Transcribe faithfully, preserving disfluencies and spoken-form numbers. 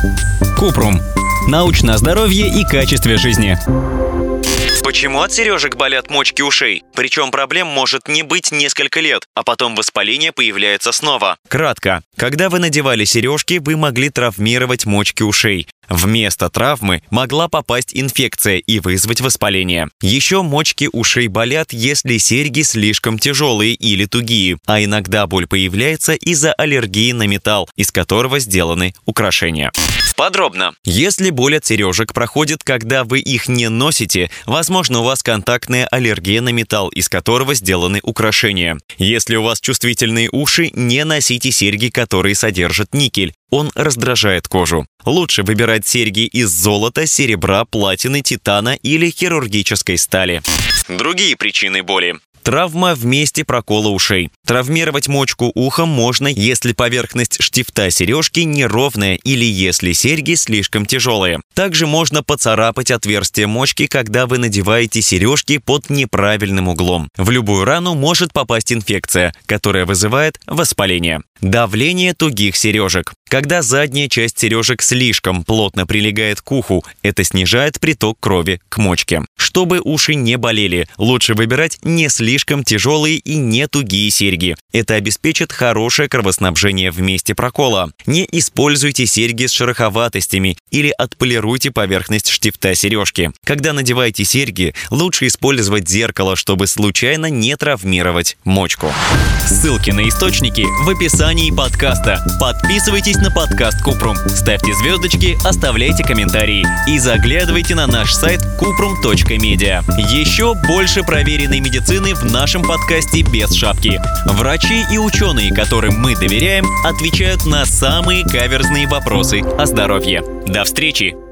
Купрум. Научное здоровье и качестве жизни. Почему от сережек болят мочки ушей? Причем проблем может не быть несколько лет, а потом воспаление появляется снова. Кратко. Когда вы надевали сережки, вы могли травмировать мочки ушей. Вместо травмы могла попасть инфекция и вызвать воспаление. Еще мочки ушей болят, если серьги слишком тяжелые или тугие, а иногда боль появляется из-за аллергии на металл, из которого сделаны украшения. Подробно. Если боль от сережек проходит, когда вы их не носите, возможно, у вас контактная аллергия на металл, из которого сделаны украшения. Если у вас чувствительные уши, не носите серьги, которые содержат никель. Он раздражает кожу. Лучше выбирать серьги из золота, серебра, платины, титана или хирургической стали. Другие причины боли. Травма в месте прокола ушей. Травмировать мочку уха можно, если поверхность штифта сережки неровная или если серьги слишком тяжелые. Также можно поцарапать отверстие мочки, когда вы надеваете сережки под неправильным углом. В любую рану может попасть инфекция, которая вызывает воспаление. Давление тугих сережек. Когда задняя часть сережек слишком плотно прилегает к уху, это снижает приток крови к мочке. Чтобы уши не болели, лучше выбирать не слишком тяжелые и не тугие серьги. Это обеспечит хорошее кровоснабжение в месте прокола. Не используйте серьги с шероховатостями или отполируйте поверхность штифта сережки. Когда надеваете серьги, лучше использовать зеркало, чтобы случайно не травмировать мочку. Ссылки на источники в описании подкаста. Подписывайтесь на подкаст Купрум, ставьте звездочки, оставляйте комментарии и заглядывайте на наш сайт купрум точка медиа. Еще больше проверенной медицины в нашем подкасте без шапки. Врачи и ученые, которым мы доверяем, отвечают на самые каверзные вопросы о здоровье. До встречи!